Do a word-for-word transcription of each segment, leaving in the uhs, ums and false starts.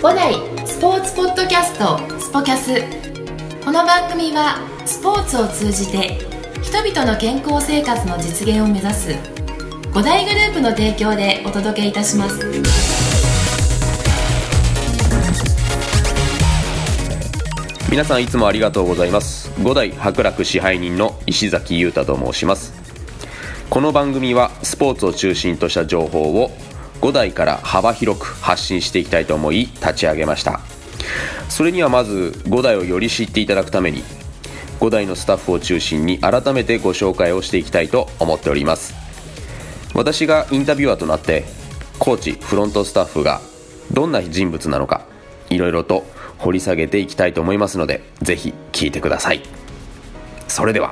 五代スポーツポッドキャストスポキャス。この番組はスポーツを通じて人々の健康生活の実現を目指す五大グループの提供でお届けいたします。 皆さんいつもありがとうございます。五代伯楽支配人の石崎裕太と申します。この番組はスポーツを中心とした情報を五代から幅広く発信していきたいと思い立ち上げました。それにはまず五代をより知っていただくために五代のスタッフを中心に改めてご紹介をしていきたいと思っております。私がインタビュアーとなってコーチフロントスタッフがどんな人物なのかいろいろと掘り下げていきたいと思いますので、ぜひ聞いてください。それでは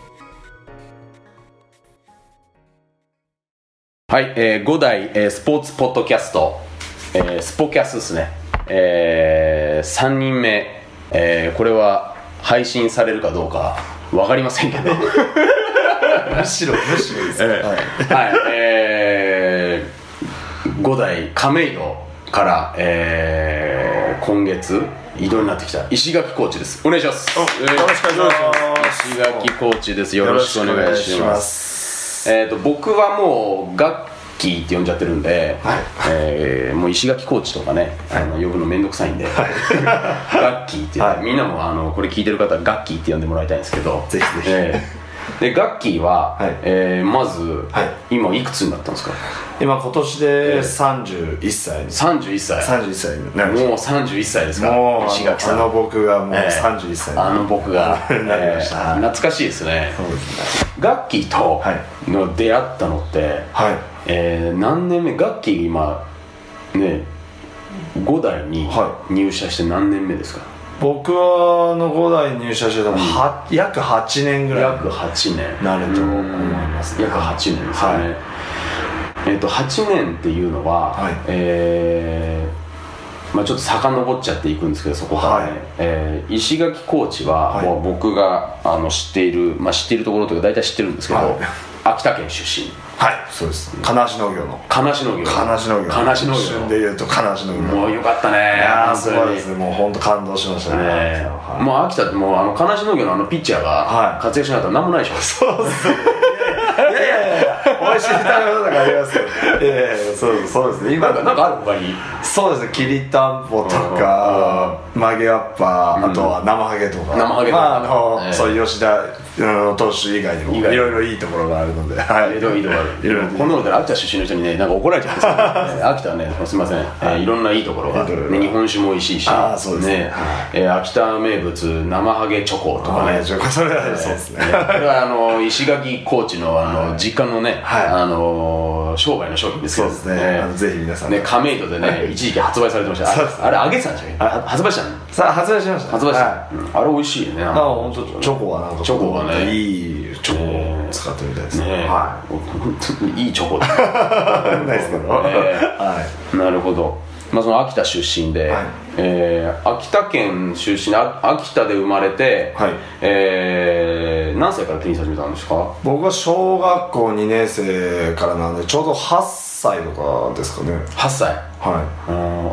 はい、えー、五代、えー、スポーツポッドキャスト、えー、スポキャスですね、えー、さんにんめ、えー、これは配信されるかどうか分かりませんけどむしろむしろですね、 えー、はい、はい、えー、五代亀戸から、えー、今月異動になってきた石垣コーチです。お願いします。 よろしくお願いします。 石垣コーチです。よろしくお願いします。えー、と僕はもうガッキーって呼んじゃってるんで、はい、えー、もう石垣コーチとかね、あの呼ぶのめんどくさいんで、はい、ガッキーって、はい、みんなもあのこれ聞いてる方はガッキーって呼んでもらいたいんですけど、 ぜひぜひ、 えー、でガッキーは、はい、えー、まず、はい、今いくつになったんですか？ 今今年でさんじゅういっさい、えー、 さんじゅういっさいさんじゅういっさいになりました。 もうさんじゅういっさいですか？ もう石垣さん、 あの僕がもうさんじゅういっさい、 えー、あの僕がなりました、 えー、懐かしいですね。 そうですね。 ガッキーとの出会ったのって、はい、えー、何年目？ガッキー今ね五代に入社して何年目ですか？ 僕はの五代入社してたのは、うん、約はちねんぐらい約はちねんなると思いますね。 約はちねんですよね、はい、えー、とはちねんっていうのは、はい、えーまあ、ちょっと遡っちゃっていくんですけど、そこからね、はい、えー、石垣コーチは、はい、もう僕があの知っている、まあ、知っているところというか大体知ってるんですけど、はい、秋田県出身。 はい、そうです。金足農業の金足農業金足農業金足農業一瞬で言うと金足農業。 もうよかったね。いやーすごいですね。もう本当感動しましたね、 ね、はい、もう秋田ってもうあの金足農業のあのピッチャーが活躍しなかったら何もないでしょ。 そうですね。いやいやいや美味しい食べ物とかありますけど、いやいやそうそうですね。今なんかある他に？ そうですね。きりたんぽとか曲げわっぱ、あとは生ハゲとか、 生ハゲとか、 まああの、えー、そういう吉田投手以外にもいろいろいいところがあるので、はい、 いろいろある。いろいろこの頃から秋田出身の人にねなんか怒られちゃうんですよ、ね、秋田はねすみません、はい、えー、いろんないいところが、ね、日本酒も美味しいし、 あそうですね、 ね、はい、えー、秋田名物生ハゲチョコとかね、 それはそうですね。 これはあの石垣コーチのあの実家のね、はい、あの商売の商品ですけど、 そうですね、あのぜひ皆さんね亀戸でね、はい、一時期発売されてました。 あ, あれ揚げてたんでしたっけ？発売したの？ さあ発売しました、 発売した、 はい、 うん、あれ美味しいよね。 あ本当チョコはなんかチョコがねいいチョコを使ってみたいですね、 ね、 はい、 本当にいいチョコだないですけど、ね、はい、 なるほど。まあ、その秋田出身で、はい、えー、秋田県出身で秋田で生まれて、はい、えー、何歳からテニス始めたんですか？ 僕は小学校にねん生からなんでちょうどはっさいとかですかね。 はっさい、 はい、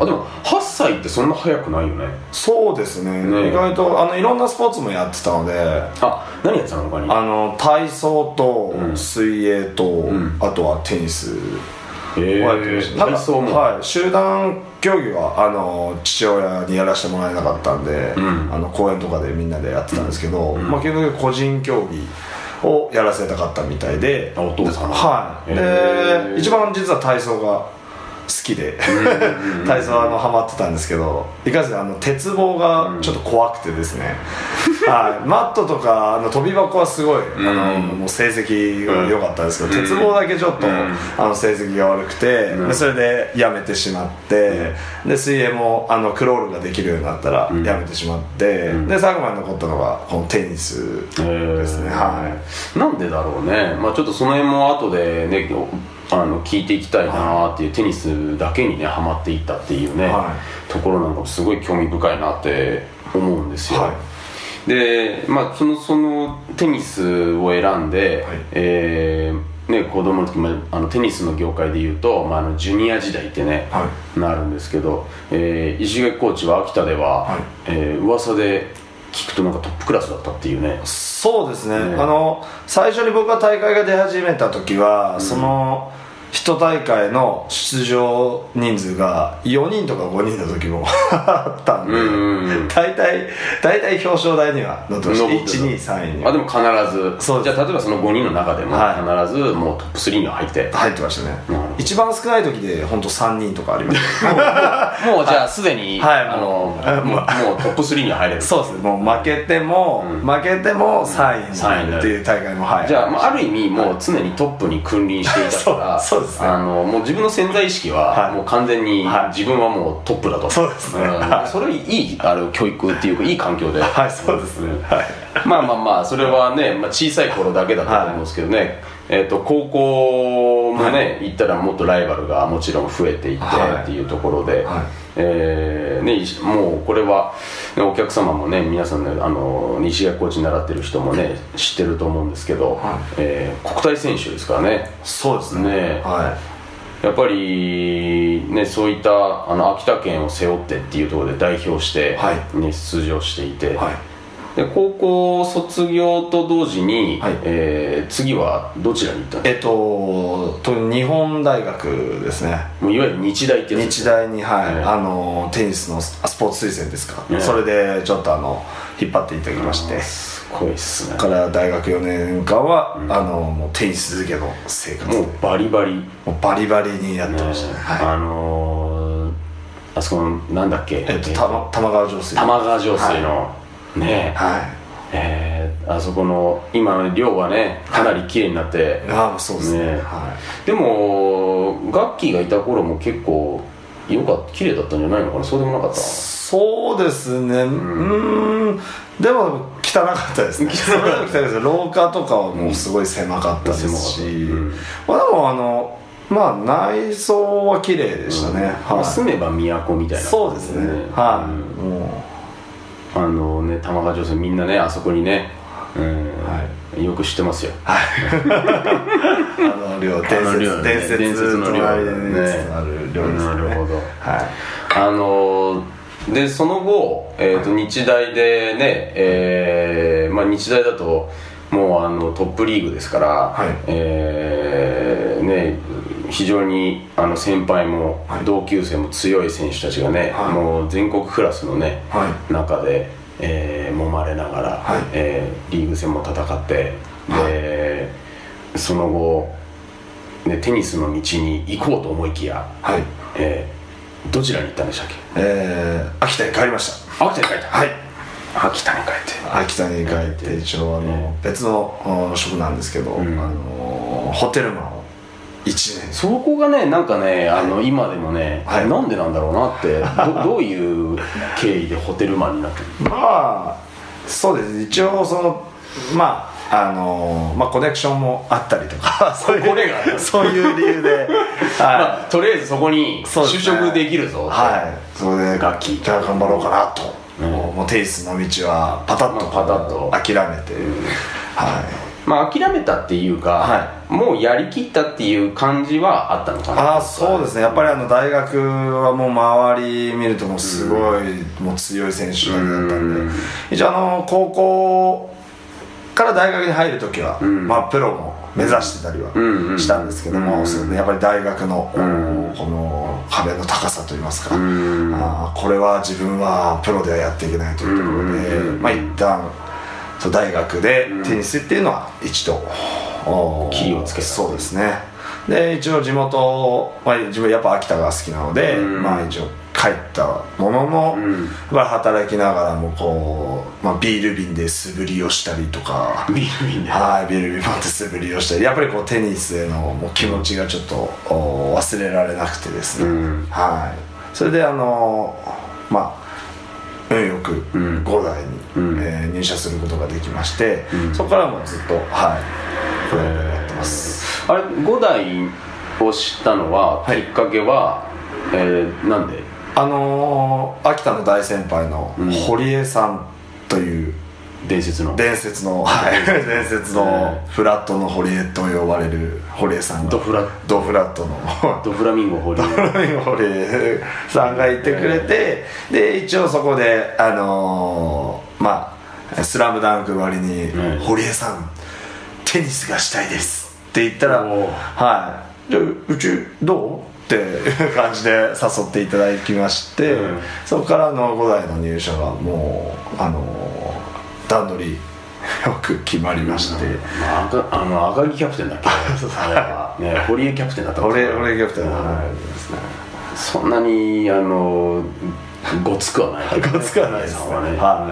あでもはっさいってそんな早くないよね。 そうです ね, ね意外とあのいろんなスポーツもやってたので。 あ何やってたの他に？ あの体操と水泳と、うん、あとはテニス、 えー、 体操も、はい、集団競技はあの父親にやらせてもらえなかったんで、うん、あの公園とかでみんなでやってたんですけど、うん、まあ、結局個人競技をやらせたかったみたいで、 お父さん、 はい、で一番実は体操が好きで体操あのハマってたんですけど、いかんせんあの鉄棒がちょっと怖くてですね、うん、はい、マットとかあの飛び箱はすごい、うん、あのもう成績が良かったんですけど、うん、鉄棒だけちょっと、うん、あの成績が悪くて、うん、でそれでやめてしまって、うん、で水泳もあのクロールができるようになったらやめてしまって、うん、で最後まで残ったのがこのテニスですね、はい、 なんでだろうね、まあ、ちょっとその辺も後でねあの聞いていきたいなっていう、はい、テニスだけにねハマっていったっていうね、はい、ところなんかもすごい興味深いなって思うんですよ、はい、で、まあ、そのそのテニスを選んで、はい、えーね、子供の時、まあ、あのテニスの業界でいうと、まあ、あのジュニア時代ってね、はい、なるんですけど、えー、石垣コーチは秋田では、はい、えー、噂で聞くとなんかトップクラスだったっていうね。 そうですね、ね、あの最初に僕が大会が出始めた時は、うん、その一大会の出場人数がよにんとかごにんの時もあったんで、うんうんうん、大体大体表彰台には乗ってました。いち、に、さんいには。 あでも必ずそうじゃあ例えばそのごにんの中でも必ずもうトップスリーには入って入ってましたね、うん、一番少ない時で本当さんにんとかありましたもう, もうじゃあすでに、はい、あのもう、もうトップスリーには入れる。 そうですね、もう負けても、うん、負けてもさんいになるっていう大会も入る。 じゃあ、まあ、ある意味もう常にトップに君臨していたからそうですね、 あのもう自分の潜在意識はもう完全に自分はもうトップだと、 そうですね、 うん、それいいあの教育っていうかいい環境で、 はい、そうですね、はい、 まあまあまあそれはね、まあ、小さい頃だけだったと思うんですけどね、はい、えー、と高校もね、はい、行ったらもっとライバルがもちろん増えていってっていうところで、はいはい、えーね、もうこれは、ね、お客様もね皆さんね、あの西垣コーチに習ってる人もね知ってると思うんですけど、はい、えー、国体選手ですからね。 そうですね、 ね、はい、やっぱり、ね、そういったあの秋田県を背負ってっていうところで代表して、ね、はい、出場していて、はい、で高校卒業と同時に、はい、えー、次はどちらに行ったんですか？ えっと日本大学ですね。 もういわゆる日大ってやつですね。日大に、はい、えー、あのテニスのスポーツ推薦ですか、えー、それでちょっとあの引っ張っていただきまして、 すごいっすね。 から大学よねんかんは、うん、あのもうテニス続けの生活でもうバリバリもうバリバリにやってましたね、ね、はい、 あのー、あそこのなんだっけ、 えっと、玉川上水玉川上水の、はい、ね、はい、えー、あそこの今の寮はねかなり綺麗になって、 はい、ああそうですね、はい、 でもガッキーがいた頃も結構よかった綺麗だったんじゃないのかな。そうでもなかった？ そうですね、うん、うーん、でも汚かったですね。汚かったです。廊下とかはもうすごい狭かったですし、うん、まあでもあのまあ内装は綺麗でしたね、 うん、はい、住めば都みたいな、 そうですね、はい、うん、もうあのね玉川上水みんなねあそこにね、うん、はい、よく知ってますよ、はいあの寮、伝説伝説の寮でね、ある寮ですね。 なるほど、 はい、 あのでその後、えーと、日大でね、えーまあ、日大だともうあのトップリーグですから、はい、えーね、非常にあの先輩も同級生も強い選手たちがね、はい、もう全国クラスのね、はい、中で、えー、揉まれながら、はい、えー、リーグ戦も戦って、でその後、ね、テニスの道に行こうと思いきや、はい、えーどちらに行ったんでしたっけ？ えー、秋田に帰りました。 秋田に帰った。 はい。 秋田に帰って。 秋田に帰って一応あの、ね、別の職なんですけど、うん、あのホテルマンをいちねん。 そこがねなんかね、はい、あの今でもね、はい、なんでなんだろうなってど, どういう経緯でホテルマンになってる？ まあそうです。一応そのまああのまあ、コネクションもあったりとかそういうこれがそういう理由で、はい、 まあ、とりあえずそこに就職できるぞ、 ね、はいそれで楽器じゃあ頑張ろうかなと、うん、もうテニスの道はパタッとパタッと諦めて、うん、はい、 まあ諦めたっていうか、はい、もうやりきったっていう感じはあったのかな。 あそうですね、やっぱりあの大学はもう周り見るともうすごい、うん、もう強い選手だったんで、うん、一応あの高校から大学に入るときは、うん、まあ、プロも目指してたりはしたんですけども、うんうん、やっぱり大学の、うん、この壁の高さといいますか、うん、あこれは自分はプロではやっていけないというところで、うん、まあ、一旦そう大学でテニスっていうのは一度キーをつけた。 そうですね。で一応地元、まあ、自分やっぱ秋田が好きなので、うん、まあ一応帰ったものの、うん、働きながらもこう、まあ、ビール瓶で素振りをしたりとか、 ビール瓶で、 はい、ビール瓶持って素振りをしたり、やっぱりこうテニスへのもう気持ちがちょっと忘れられなくてですね、うん、はい、それであのまあ運よく五代に、うん、えー、入社することができまして、うん、そこからもずっとはいこれやってます。 あれ五代を知ったのは、はい、きっかけは、えー、なんで？ あのー、秋田の大先輩の堀江さんという伝説の伝説の、はい、伝説のフラットの堀江と呼ばれる堀江さんがドフラドフラットのドフラミンゴ堀江ドフラミンゴ堀江さんがいてくれて、で一応そこであのー、まあスラムダンク割に、うん、堀江さんテニスがしたいですって言ったら、はい、じゃあうちどうっていう感じで誘っていただきまして、うん、そこからのご代の入社がもうあの段取りよく決まりまして、うん、 まあ、赤あの赤木キャプテンだっけあれは、ね、堀江キャプテンだった堀江キャプテンだったんですね。 そんなにあのごつくはない、 ね、ごつくはないですね、はい、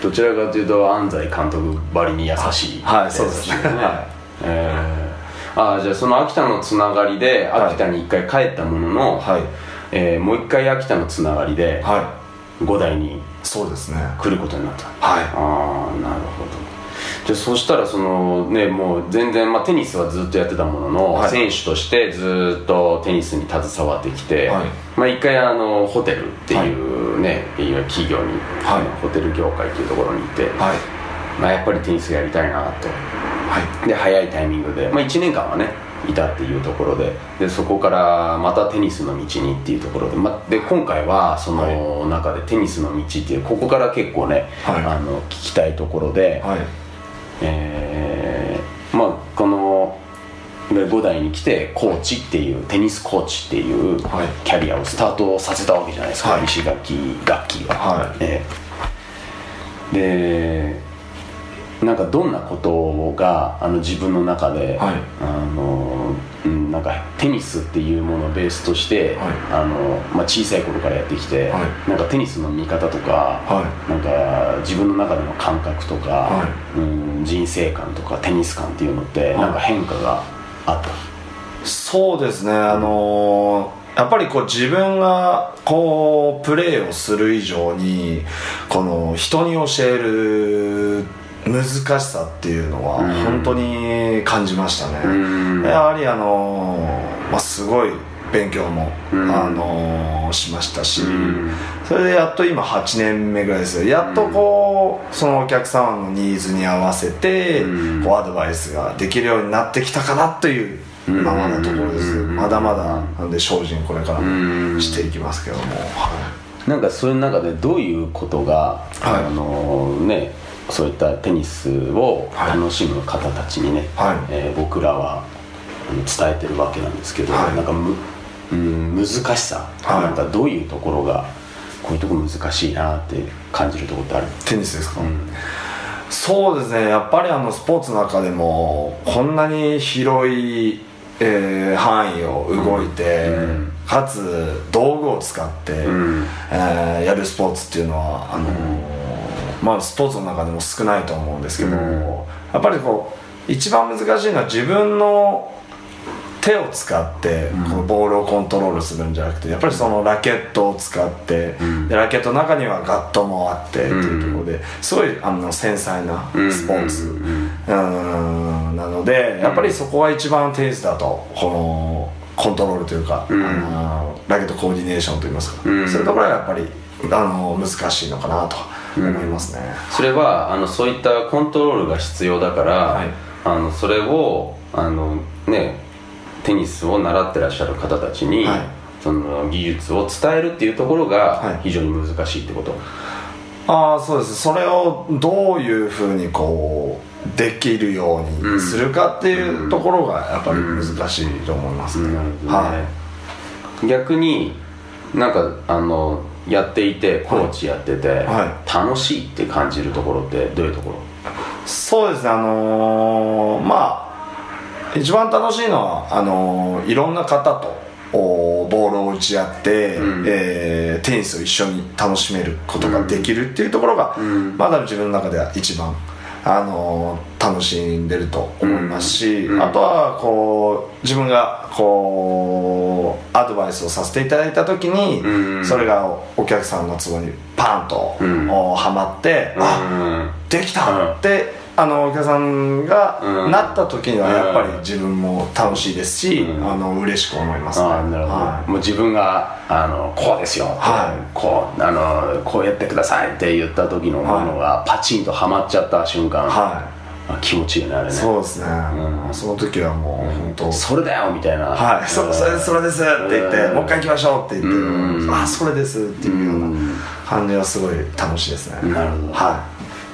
どちらかというと安西監督ばりに優しい、 はい、そうですね、はい、 えー、あじゃあその秋田のつながりで秋田に一回帰ったものの、はい、えー、もう一回秋田のつながりで、はい、ご代にそうですね来ることになった。 はい、 ああなるほど。じゃあそしたらそのねもう全然、まあ、テニスはずっとやってたものの、はい、選手としてずっとテニスに携わってきて、はい、まあ一回あのホテルっていうね、はい、企業に、はい、ホテル業界っていうところにいて、はい、まあやっぱりテニスやりたいなと、はい、で早いタイミングで、まあ、いちねんかんはねいたっていうところで、でそこからまたテニスの道にっていうところで、ま、で今回はその中でテニスの道っていうここから結構ね、はい、あの聞きたいところで、はい、えー、まあこのご代に来てコーチっていうテニスコーチっていうキャリアをスタートさせたわけじゃないですか、はい、石垣ガッキーは、はい、えー、でなんかどんなことがあの自分の中で、はい、あのなんかテニスっていうものをベースとして、はい、あのまあ、小さい頃からやってきて、はい、なんかテニスの見方とか、はい、なんか自分の中での感覚とか、はい、うん、人生観とかテニス観っていうのって、はい、なんか変化があった？ そうですね、あのー、やっぱりこう自分がこうプレーをする以上にこの人に教える難しさっていうのは本当に感じましたね、うん、やはりあのーまあ、すごい勉強も、うん、あのー、しましたし、うん、それでやっと今はちねんめぐらいですよ。やっとこうそのお客様のニーズに合わせて、うん、こうアドバイスができるようになってきたかなという今まだところです、うん、まだまだなので精進これからもしていきますけども、はい、 なんかそういう中でどういうことが、はい、あのー、ねそういったテニスを楽しむ方たちにね、はい、えー、僕らは伝えてるわけなんですけど、はい、なんかむ、うん、難しさ、はい、なんかどういうところがこういうところ難しいなって感じるところってある？ テニスですか？うん、そうですね、やっぱりあのスポーツの中でもこんなに広い、えー、範囲を動いて、うん、かつ道具を使って、うん、えー、やるスポーツっていうのはあのーうんまあ、スポーツの中でも少ないと思うんですけど、うん、やっぱりこう一番難しいのは自分の手を使ってこのボールをコントロールするんじゃなくて、やっぱりそのラケットを使って、うん、でラケットの中にはガットもあってっていうところですごいあの繊細なスポーツ、うん、なのでやっぱりそこは一番テニスだとこのコントロールというか、うん、あのラケットコーディネーションといいますか、うん、そういうところはやっぱりあの難しいのかなと思いますね、 うん、それはあのそういったコントロールが必要だから、はい、あのそれをあの、ね、テニスを習ってらっしゃる方たちに、はい、その技術を伝えるっていうところが非常に難しいってこと、はい、 ああそうです。それをどういうふうにこうできるようにするかっていうところがやっぱり難しいと思いますね、うんうんね、はい、 逆になんかあのやっていてコーチやってて、はいはい、楽しいって感じるところってどういうところ？ そうですね、あのー、まあ一番楽しいのはあのー、いろんな方とボールを打ち合って、うん、えー、テニスを一緒に楽しめることができるっていうところが、うん、まだ自分の中では一番あのー、楽しんでると思いますし、うん、あとはこう自分がこうアドバイスをさせていただいた時に、うん、それがお客さんのツボにパンと、うん、はまって、うん、あ、できたって、 あのお客さんがうんなった時にはやっぱり自分も楽しいですし、うん、あの嬉しく思いますね。 あなるほど、はい、もう自分があのこうですよ、はい、こうあのこうやってくださいって言った時のものがパチンとはまっちゃった瞬間、はい気持ちいいねあれね。 そうですね、うん、その時はもう本当、うん、 それだよみたいな、 はい、そ, それですそれですって言って、うん、もう一回行きましょうって言って、うん、あそれですっていうような感じはすごい楽しいですね。 なるほど、 はい、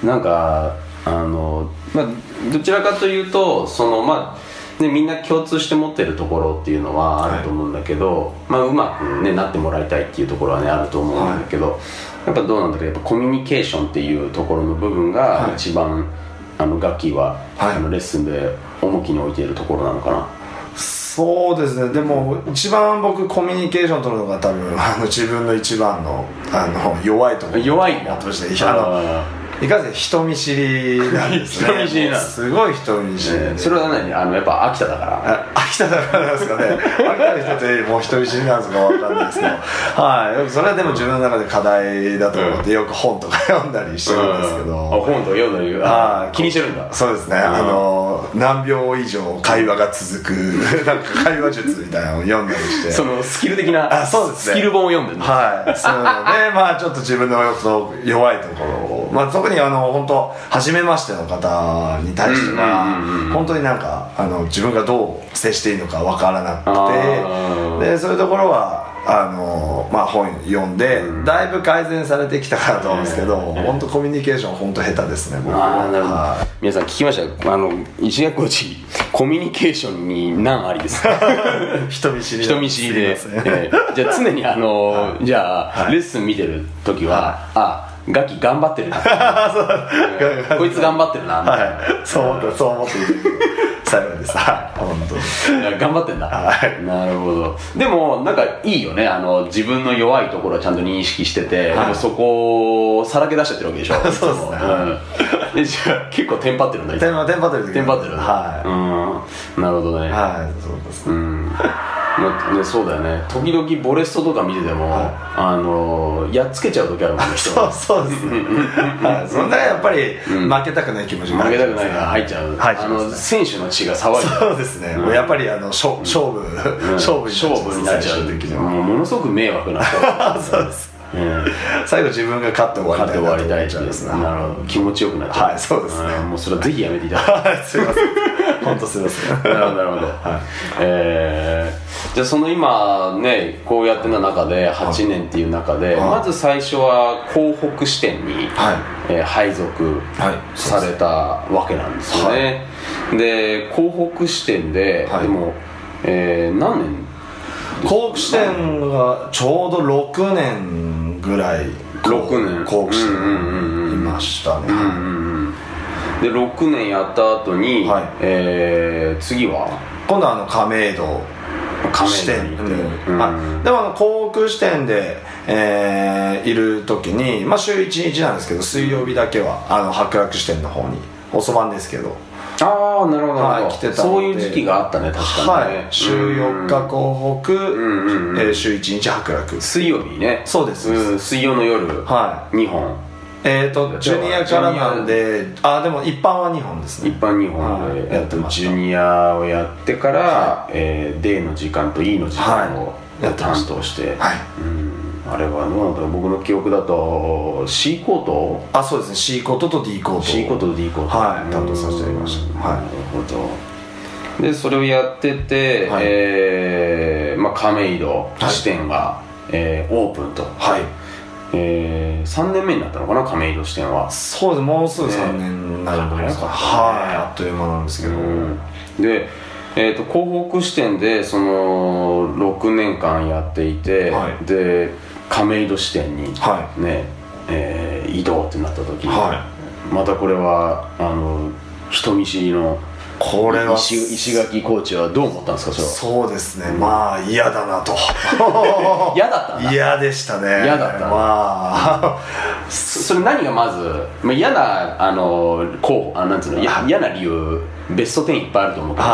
なんかあの、まあ、どちらかというとそのまあね、みんな共通して持ってるところっていうのはあると思うんだけど、はいまあ、うまく、ね、なってもらいたいっていうところは、ね、あると思うんだけど、はい、やっぱどうなんだけどやっぱコミュニケーションっていうところの部分が一番、はいあの楽器は、はい、あのレッスンで重きに置いているところなのかな。 そうですね。でも一番僕コミュニケーション取るのが多分あの自分の一番の、あの弱いところ弱いんだとしてあのいかんせん人見知りなんですね。 人見知りなんすごい人見知り、 ね、それは何あのやっぱ秋田だから秋田だからですかね秋田の人ってもう人見知りなんですか分かんないですけどはいそれはでも自分の中で課題だと思ってよく本とか読んだりしてるんですけど、うん、 あ本とか読んだりあ気にしてるんだ。 そうですね、うん、あの何秒以上会話が続くなんか会話術みたいなのを読んだりしてそのスキル的なあそうです、ね、 スキル本を読んでるんだはいそうでまあちょっと自分の弱いところをまあ特にあの本当初めましての方に対しては本当になんかあの自分がどう接していいのか分からなくてでそういうところはあの、まあ、本読んで、うん、だいぶ改善されてきたかなと思うんですけど、えー、本当コミュニケーション本当下手ですね僕は。 あなるほど、はい、皆さん聞きましたあの石垣コーチコミュニケーションに難ありです人見知り人見知りで、えー、じゃあ常にあの、はい、じゃあ、はい、レッスン見てる時は、はい、あガキ頑張ってるなこいつ頑張ってるなみたいな、はい、 そう思ってそう思っている幸いですはい本当に頑張ってんだ、 はい、 なるほど。でもなんかいいよねあの自分の弱いところはちゃんと認識してて、はい、でもそこをさらけ出しちゃってるわけでしょそうですね、 うん、でじゃあ結構テンパってるんだテンパってるテンパってるはい、 うん、なるほどねはいそうですね、うんね、そうだよね時々ボレストとか見てても、はい、あのやっつけちゃう時あるもんね人そうそうですね、はい、そんなやっぱり負けたくない気持ちが負けたくないから入っちゃう、はい、あの選手の血が騒いでそうですね、うん、もうやっぱりあの勝負、うん、勝負勝負になっちゃう時でもものすごく迷惑なそうですうん、最後自分が勝って終わりたいなと思っちゃうんですね。 なるほど気持ちよくなっちゃうはいそうですね、 もうそれはぜひやめていただきたいすいません本当すいませんなるほどなるほど、はいえー、じゃあその今ねこうやってた中ではちねんっていう中で、はい、まず最初は広北支店に、はいえー、配属されたわけなんですよね、はい、で広北支店で、はい、でも、えー、何年広北支店がちょうどろくねんぐらいろくねん広北支店にいましたね、うんうんうん、 でろくねんやった後に、はいえー、次は今度はあの亀戸支店に、うんはい、でもあの広北支店で、えー、いる時に、まあ、週いちにちなんですけど水曜日だけはあの白楽支店の方に遅番ですけどああなるほど、はい、 来てたそういう時期があったね確かにね、 はい、週よっか広北、うんうんうんえー、週いちにち白楽水曜日ねそうです、 うん、水曜の夜、はい、にほんえーとジュニアからなんであでも一般はにほんですね一般にほんで、はい、やってましたジュニアをやってから、はいえー、デーの時間と E の時間を、はい、担当して、はいうんあれはどうなんだろう僕の記憶だと C コートあそうですね C コートと D コート C コートと D コートはい担当させていただきましたはいなるほどでそれをやってて、はいえーまあ、亀戸支店が、はいえー、オープンとはいえー、さんねんめになったのかな亀戸支店はそうですもうすぐさんねんになると思いますか、ね、はいあっという間なんですけど、うん、 でえー、と広北支店でそのろくねんかんやっていて、はい、で亀戸支店に、ねはいえー、移動ってなった時、はい、またこれはあの人見知りのこれは石, 石垣コーチはどう思ったんですかそれはそうですね、うん、まあ嫌だなと嫌だったんだ嫌でしたね嫌だったまあそ, それ何がまず、まあ、嫌なあのこうあなんつうの嫌な理由ベストじゅういっぱいあると思うけど、はい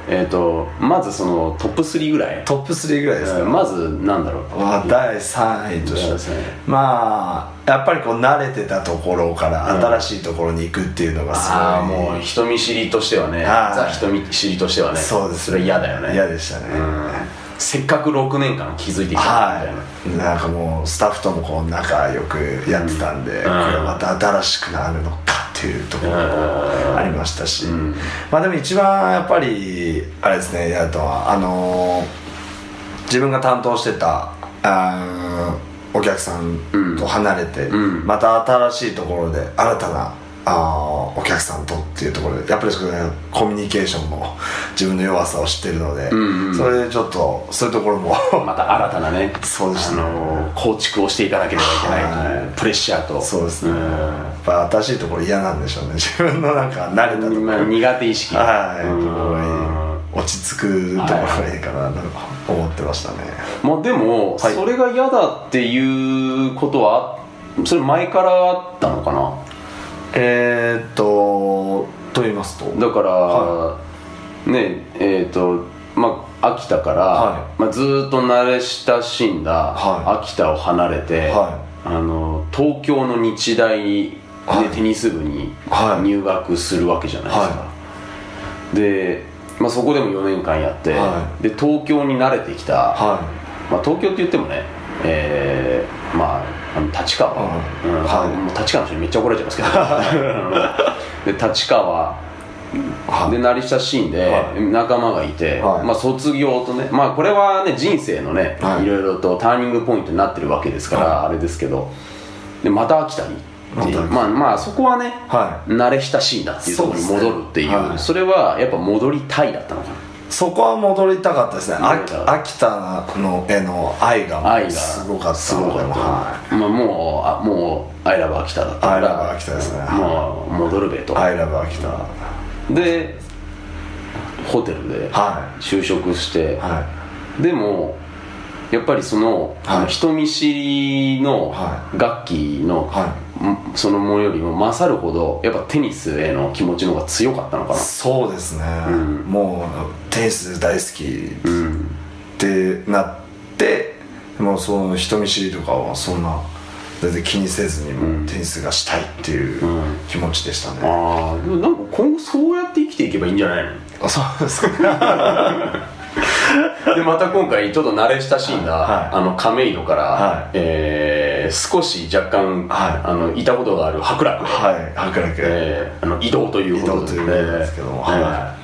えー、とまずそのトップスリーぐらいトップスリーぐらいですか。 まずなんだろう、 まあ、だいさんいとして、まあやっぱりこう慣れてたところから新しいところに行くっていうのがすごい、うん、あもう人見知りとしてはね、ザ人見知りとしてはね、 そうです、 それ嫌だよね。 嫌でしたね、うん、 せっかくろくねんかん築いてきたみたいな、 はい、なんかもうスタッフともこう仲良くやってたんで、うん、これまた新しくなるのかっていうところもありましたし、うん、まあでも一番やっぱりあれですね、やるとはあのー、自分が担当してたあお客さんと離れて、うん、また新しいところで新たなあお客さんとっていうところでやっぱりそこでコミュニケーションも自分の弱さを知ってるので、うんうん、それでちょっとそういうところもまた新たなねそうですね、 あのー、構築をしていかなければいけない、はい、プレッシャーと。 そうですね、うん、やっぱ新しいところ嫌なんでしょうね、自分のなんか慣れたところ、 まあ、苦手意識はい、ところに落ち着くところがいいかなと思ってましたね。 まあでも、はい、それが嫌だっていうことはそれ前からあったのかな。 えーっとと言いますとだから、はい、ねえーっとまあ秋田から、はいまあ、ずっと慣れ親しんだ、はい、秋田を離れて、はい、あの東京の日大でテニス部に入学するわけじゃないですか、はい、で、まあ、そこでもよねんかんやって、はい、で東京に慣れてきた、はいまあ、東京って言ってもね、えー、まああの立川、うんうんはい、もう立川の人にめっちゃ怒られちゃいますけどで立川で慣れ親しんで仲間がいて、はいまあ、卒業とね、まあ、これはね人生のね、はい、いろいろとターニングポイントになってるわけですから、はい、あれですけどでまた秋田にっていう、まあ、まあそこはね、はい、慣れ親しんだっていうところに戻るっていう そ, う、ねはい、それはやっぱ戻りたいだったのかな。 そこは戻りたかったですね。秋田のへの愛がすごかったので、はいまあ、もうあもうアイラブ秋田だったからアイラブ秋田ですね。 もう戻るべとアイラブ秋田でホテルで就職して、はいはい、でもやっぱりその、はい、あの人見知りの楽器の、はい、そのものよりも勝るほどやっぱテニスへの気持ちの方が強かったのかな。 そうですね、うん、もうテニス大好きってなって、うん、もうその人見知りとかはそんな全然気にせずにもうテニスがしたいっていう気持ちでしたね、うん、 ああでもなんか今後そうやって生きていけばいいんじゃないの。 あそうですかでまた今回ちょっと慣れ親しんだ、はい、あの亀戸から、はいえー、少し若干、はい、あのいたことがある白楽で、 はい、白楽、 えー、あの移動ということで、 移動ということですけども、えーはい、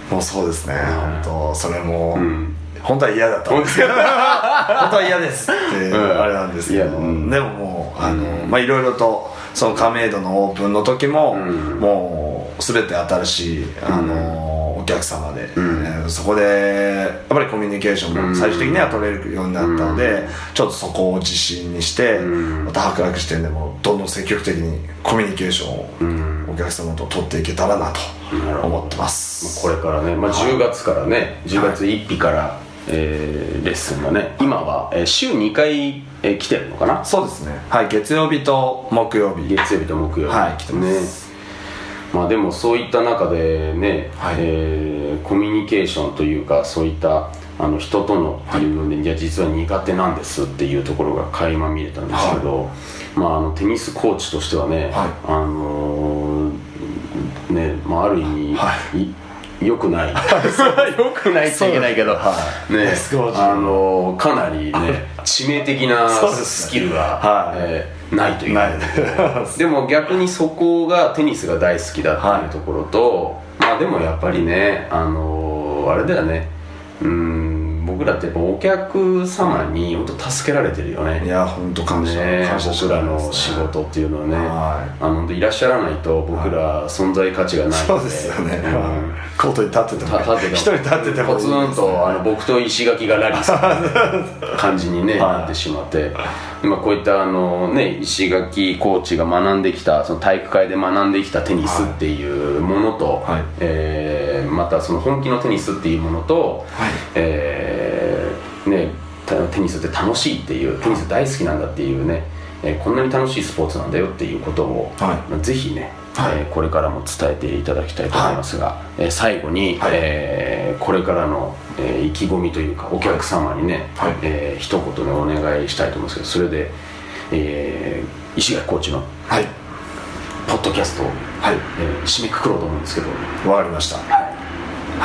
もうそうですね、本当それも、うん、本当は嫌だったんですけど本当は嫌ですってあれなんですけど、うん、でももうあの、うん、まあいろいろとその亀戸のオープンの時も、うん、もう全て新しいあの、うんお客様で、うんえー、そこでやっぱりコミュニケーションも最終的には取れるようになったので、うん、ちょっとそこを自信にして、うん、また白楽視点でもどんどん積極的にコミュニケーションをお客様と取っていけたらなと思ってます、 うん、これからね、まあ、じゅうがつからね、はい、じゅうがつついたちから、はいえー、レッスンがね今は、えー、週にかい、えー、来てるのかな。 そうですねはい月曜日と木曜日月曜日と木曜日はい来てます、 ねまあ、でもそういった中でね、はいえー、コミュニケーションというかそういったあの人とのっていうので、はい、いや実は苦手なんですっていうところが垣間見れたんですけど、はいまあ、あのテニスコーチとしてはね、はいあのーねまあ、ある意味、はい良くない良くないって言えないけど、はいね、あのかなりね致命的なスキルが、はいえー、ないというないでも逆にそこがテニスが大好きだっていうところと、はい、まあでもやっぱりねあのあれだよねうん僕らってやっぱお客様に本当助けられてるよね。 いや本当感謝、ね、 感謝僕らの仕事っていうのはね、はい、あのいらっしゃらないと僕ら存在価値がないので、 そうですよね、うん、コートに立ってても一人立っててもポツンとあの僕と石垣がラリーする感じに、ね、はい、なってしまって、まあ、こういったあの、ね、石垣コーチが学んできたその体育会で学んできたテニスっていうものと、はいえー、またその本気のテニスっていうものと、はいえーね、テニスって楽しいっていうテニス大好きなんだっていうね、えー、こんなに楽しいスポーツなんだよっていうことを、はい、ぜひねはい、えー、これからも伝えていただきたいと思いますが、はい、えー、最後に、はい、えー、これからの、えー、意気込みというかお客様にね、はい、えー、一言でお願いしたいと思うんですけど、それで、えー、石垣コーチの、はい、ポッドキャストを、はい、えー、締めくくろうと思うんですけど。 わかりました。はい、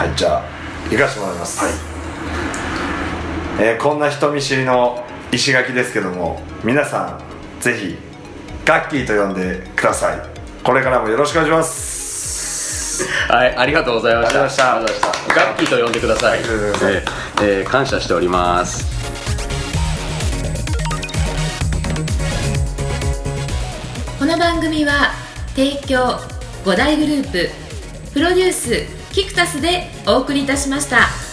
はい、じゃあ行かせてもらいます。はい、えー、こんな人見知りの石垣ですけども、皆さんぜひガッキーと呼んでください。これからもよろしくお願いします。 はい、ありがとうございました。ありがとうございました。ガッキーと呼んでください。えーえー、感謝しております。 この番組は提供五大グループ、プロデュースキクタスでお送りいたしました。